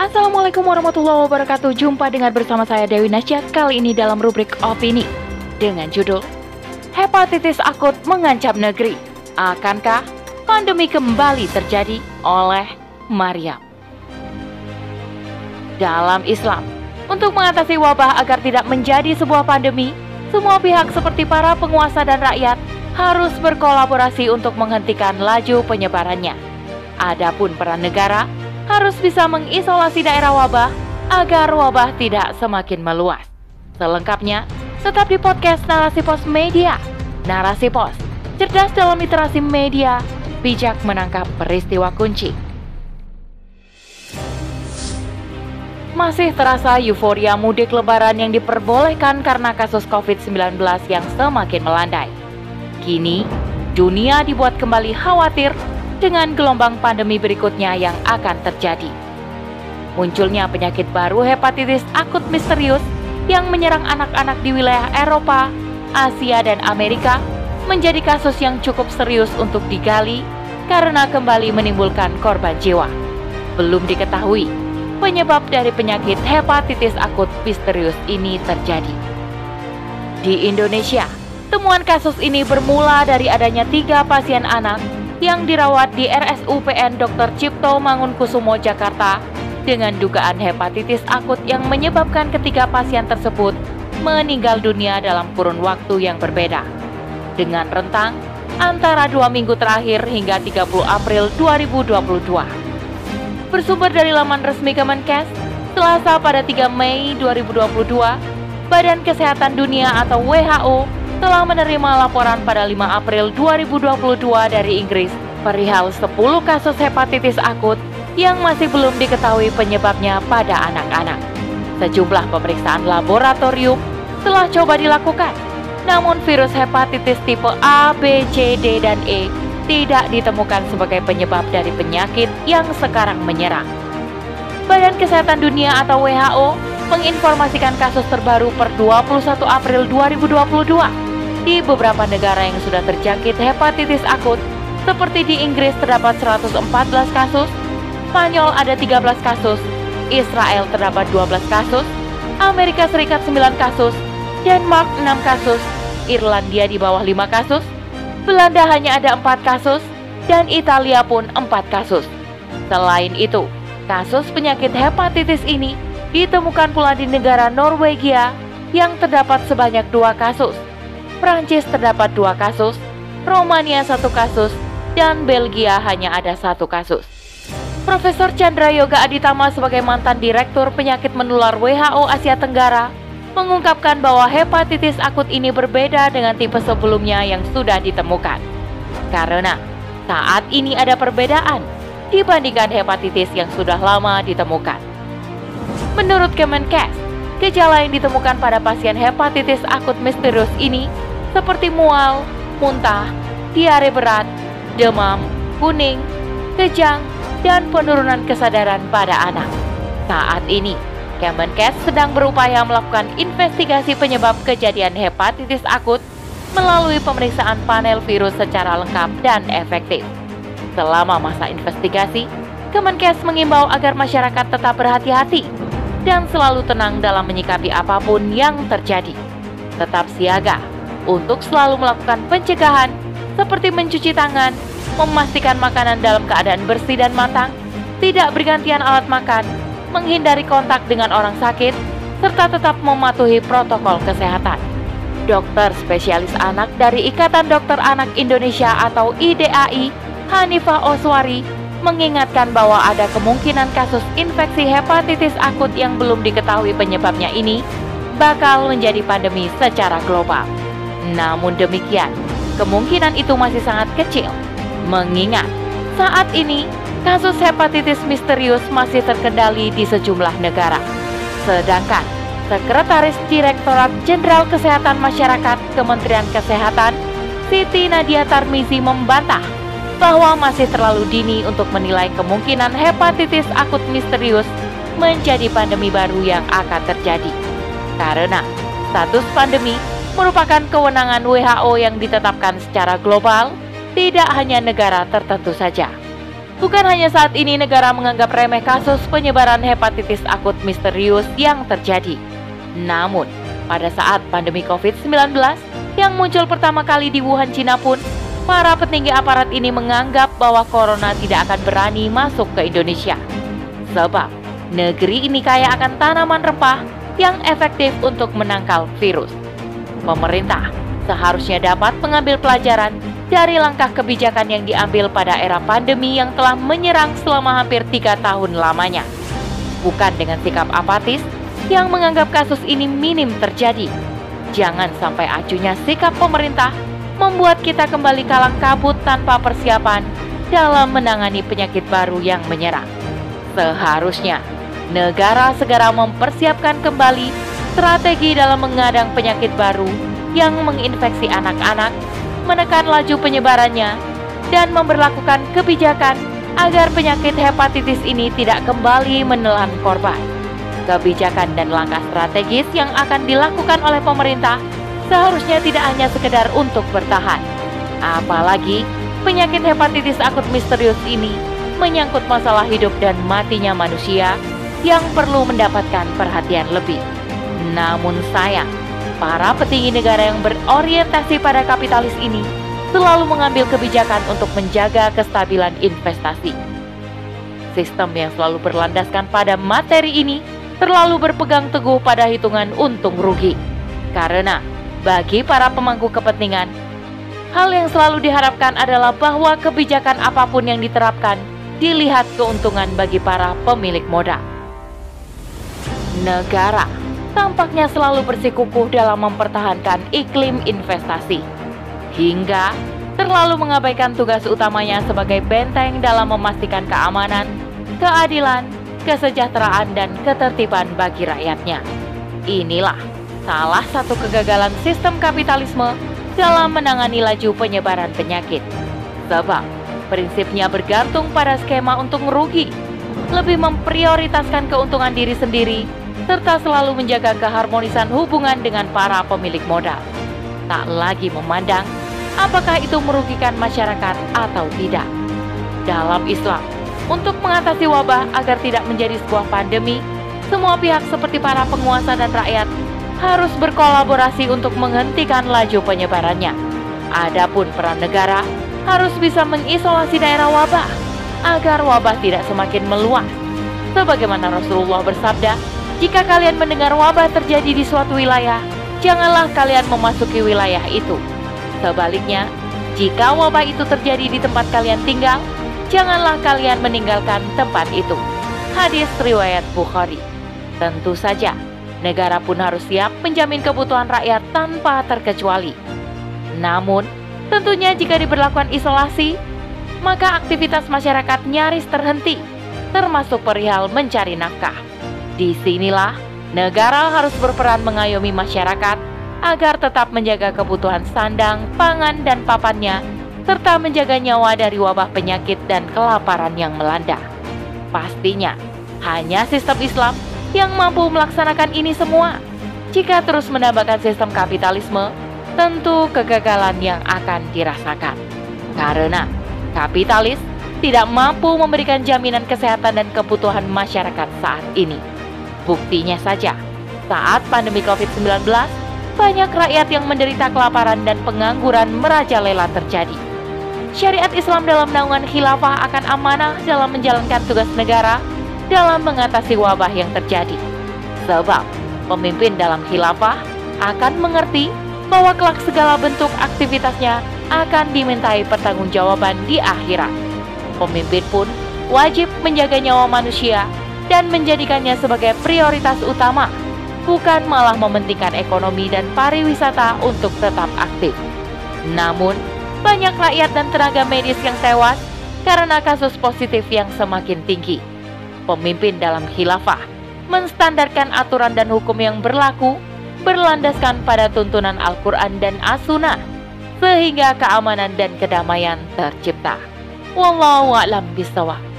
Assalamualaikum warahmatullahi wabarakatuh. Jumpa dengan bersama saya Dewi Nasya kali ini dalam rubrik opini dengan judul Hepatitis akut mengancam negeri. Akankah pandemi kembali terjadi oleh Maryam? Dalam Islam, untuk mengatasi wabah agar tidak menjadi sebuah pandemi, semua pihak seperti para penguasa dan rakyat harus berkolaborasi untuk menghentikan laju penyebarannya. Adapun peran negara harus bisa mengisolasi daerah wabah agar wabah tidak semakin meluas. Selengkapnya, tetap di podcast Narasi Pos Media. Narasi Pos, cerdas dalam literasi media, bijak menangkap peristiwa kunci. Masih terasa euforia mudik lebaran yang diperbolehkan karena kasus COVID-19 yang semakin melandai. Kini, dunia dibuat kembali khawatir dengan gelombang pandemi berikutnya yang akan terjadi. Munculnya penyakit baru hepatitis akut misterius yang menyerang anak-anak di wilayah Eropa, Asia, dan Amerika menjadi kasus yang cukup serius untuk digali karena kembali menimbulkan korban jiwa. Belum diketahui penyebab dari penyakit hepatitis akut misterius ini terjadi. Di Indonesia, temuan kasus ini bermula dari adanya 3 pasien anak yang dirawat di RSUPN Dr. Cipto Mangunkusumo, Jakarta dengan dugaan hepatitis akut yang menyebabkan ketiga pasien tersebut meninggal dunia dalam kurun waktu yang berbeda dengan rentang antara 2 minggu terakhir hingga 30 April 2022. Bersumber dari laman resmi Kemenkes, Selasa pada 3 Mei 2022, Badan Kesehatan Dunia atau WHO telah menerima laporan pada 5 April 2022 dari Inggris perihal 10 kasus hepatitis akut yang masih belum diketahui penyebabnya pada anak-anak. Sejumlah pemeriksaan laboratorium telah coba dilakukan, namun virus hepatitis tipe A, B, C, D, dan E tidak ditemukan sebagai penyebab dari penyakit yang sekarang menyerang. Badan Kesehatan Dunia atau WHO menginformasikan kasus terbaru per 21 April 2022. Di beberapa negara yang sudah terjangkit hepatitis akut, seperti di Inggris terdapat 114 kasus, Spanyol ada 13 kasus, Israel terdapat 12 kasus, Amerika Serikat 9 kasus, Denmark 6 kasus, Irlandia di bawah 5 kasus, Belanda hanya ada 4 kasus, dan Italia pun 4 kasus. Selain itu, kasus penyakit hepatitis ini ditemukan pula di negara Norwegia yang terdapat sebanyak 2 kasus. Prancis terdapat 2 kasus, Romania 1 kasus, dan Belgia hanya ada 1 kasus. Profesor Chandra Yoga Aditama sebagai mantan Direktur Penyakit Menular WHO Asia Tenggara mengungkapkan bahwa hepatitis akut ini berbeda dengan tipe sebelumnya yang sudah ditemukan. Karena saat ini ada perbedaan dibandingkan hepatitis yang sudah lama ditemukan. Menurut Kemenkes, gejala yang ditemukan pada pasien hepatitis akut misterius ini seperti mual, muntah, diare berat, demam, kuning, kejang, dan penurunan kesadaran pada anak. Saat ini, Kemenkes sedang berupaya melakukan investigasi penyebab kejadian hepatitis akut melalui pemeriksaan panel virus secara lengkap dan efektif. Selama masa investigasi, Kemenkes mengimbau agar masyarakat tetap berhati-hati dan selalu tenang dalam menyikapi apapun yang terjadi. Tetap siaga untuk selalu melakukan pencegahan seperti mencuci tangan, memastikan makanan dalam keadaan bersih dan matang, tidak bergantian alat makan, menghindari kontak dengan orang sakit, serta tetap mematuhi protokol kesehatan. Dokter spesialis anak dari Ikatan Dokter Anak Indonesia atau IDAI, Hanifah Oswari, mengingatkan bahwa ada kemungkinan kasus infeksi hepatitis akut yang belum diketahui penyebabnya ini bakal menjadi pandemi secara global. Namun demikian, kemungkinan itu masih sangat kecil, mengingat saat ini kasus hepatitis misterius masih terkendali di sejumlah negara. Sedangkan Sekretaris Direktorat Jenderal Kesehatan Masyarakat Kementerian Kesehatan, Siti Nadia Tarmizi membantah bahwa masih terlalu dini untuk menilai kemungkinan hepatitis akut misterius menjadi pandemi baru yang akan terjadi. Karena status pandemi merupakan kewenangan WHO yang ditetapkan secara global, tidak hanya negara tertentu saja. Bukan hanya saat ini negara menganggap remeh kasus penyebaran hepatitis akut misterius yang terjadi. Namun, pada saat pandemi COVID-19 yang muncul pertama kali di Wuhan, Cina pun, para petinggi aparat ini menganggap bahwa corona tidak akan berani masuk ke Indonesia. Sebab, negeri ini kaya akan tanaman rempah yang efektif untuk menangkal virus. Pemerintah seharusnya dapat mengambil pelajaran dari langkah kebijakan yang diambil pada era pandemi yang telah menyerang selama hampir 3 tahun lamanya. Bukan dengan sikap apatis yang menganggap kasus ini minim terjadi. Jangan sampai acuhnya sikap pemerintah membuat kita kembali kalang kabut tanpa persiapan dalam menangani penyakit baru yang menyerang. Seharusnya negara segera mempersiapkan kembali strategi dalam mengadang penyakit baru yang menginfeksi anak-anak, menekan laju penyebarannya, dan memberlakukan kebijakan agar penyakit hepatitis ini tidak kembali menelan korban. Kebijakan dan langkah strategis yang akan dilakukan oleh pemerintah seharusnya tidak hanya sekedar untuk bertahan. Apalagi penyakit hepatitis akut misterius ini menyangkut masalah hidup dan matinya manusia yang perlu mendapatkan perhatian lebih. Namun sayang, para petinggi negara yang berorientasi pada kapitalis ini selalu mengambil kebijakan untuk menjaga kestabilan investasi. Sistem yang selalu berlandaskan pada materi ini terlalu berpegang teguh pada hitungan untung rugi. Karena bagi para pemangku kepentingan, hal yang selalu diharapkan adalah bahwa kebijakan apapun yang diterapkan dilihat keuntungan bagi para pemilik modal. Negara tampaknya selalu bersikukuh dalam mempertahankan iklim investasi, hingga terlalu mengabaikan tugas utamanya sebagai benteng dalam memastikan keamanan, keadilan, kesejahteraan, dan ketertiban bagi rakyatnya. Inilah salah satu kegagalan sistem kapitalisme dalam menangani laju penyebaran penyakit. Sebab prinsipnya bergantung pada skema untung rugi, lebih memprioritaskan keuntungan diri sendiri, serta selalu menjaga keharmonisan hubungan dengan para pemilik modal. Tak lagi memandang apakah itu merugikan masyarakat atau tidak. Dalam Islam, untuk mengatasi wabah agar tidak menjadi sebuah pandemi, semua pihak seperti para penguasa dan rakyat harus berkolaborasi untuk menghentikan laju penyebarannya. Adapun peran negara harus bisa mengisolasi daerah wabah agar wabah tidak semakin meluas. Sebagaimana Rasulullah bersabda, "Jika kalian mendengar wabah terjadi di suatu wilayah, janganlah kalian memasuki wilayah itu. Sebaliknya, jika wabah itu terjadi di tempat kalian tinggal, janganlah kalian meninggalkan tempat itu." Hadis riwayat Bukhari. Tentu saja, negara pun harus siap menjamin kebutuhan rakyat tanpa terkecuali. Namun, tentunya jika diberlakukan isolasi, maka aktivitas masyarakat nyaris terhenti, termasuk perihal mencari nafkah. Disinilah negara harus berperan mengayomi masyarakat agar tetap menjaga kebutuhan sandang, pangan, dan papannya, serta menjaga nyawa dari wabah penyakit dan kelaparan yang melanda. Pastinya, hanya sistem Islam yang mampu melaksanakan ini semua. Jika terus menambahkan sistem kapitalisme, tentu kegagalan yang akan dirasakan. Karena kapitalis tidak mampu memberikan jaminan kesehatan dan kebutuhan masyarakat saat ini. Buktinya saja, saat pandemi COVID-19, banyak rakyat yang menderita kelaparan dan pengangguran merajalela terjadi. Syariat Islam dalam naungan khilafah akan amanah dalam menjalankan tugas negara dalam mengatasi wabah yang terjadi. Sebab, pemimpin dalam khilafah akan mengerti bahwa kelak segala bentuk aktivitasnya akan dimintai pertanggungjawaban di akhirat. Pemimpin pun wajib menjaga nyawa manusia dan menjadikannya sebagai prioritas utama, bukan malah mementingkan ekonomi dan pariwisata untuk tetap aktif. Namun, banyak rakyat dan tenaga medis yang tewas karena kasus positif yang semakin tinggi. Pemimpin dalam khilafah menstandarkan aturan dan hukum yang berlaku berlandaskan pada tuntunan Al-Quran dan As-Sunnah, sehingga keamanan dan kedamaian tercipta. Wallahu a'lam bishawab.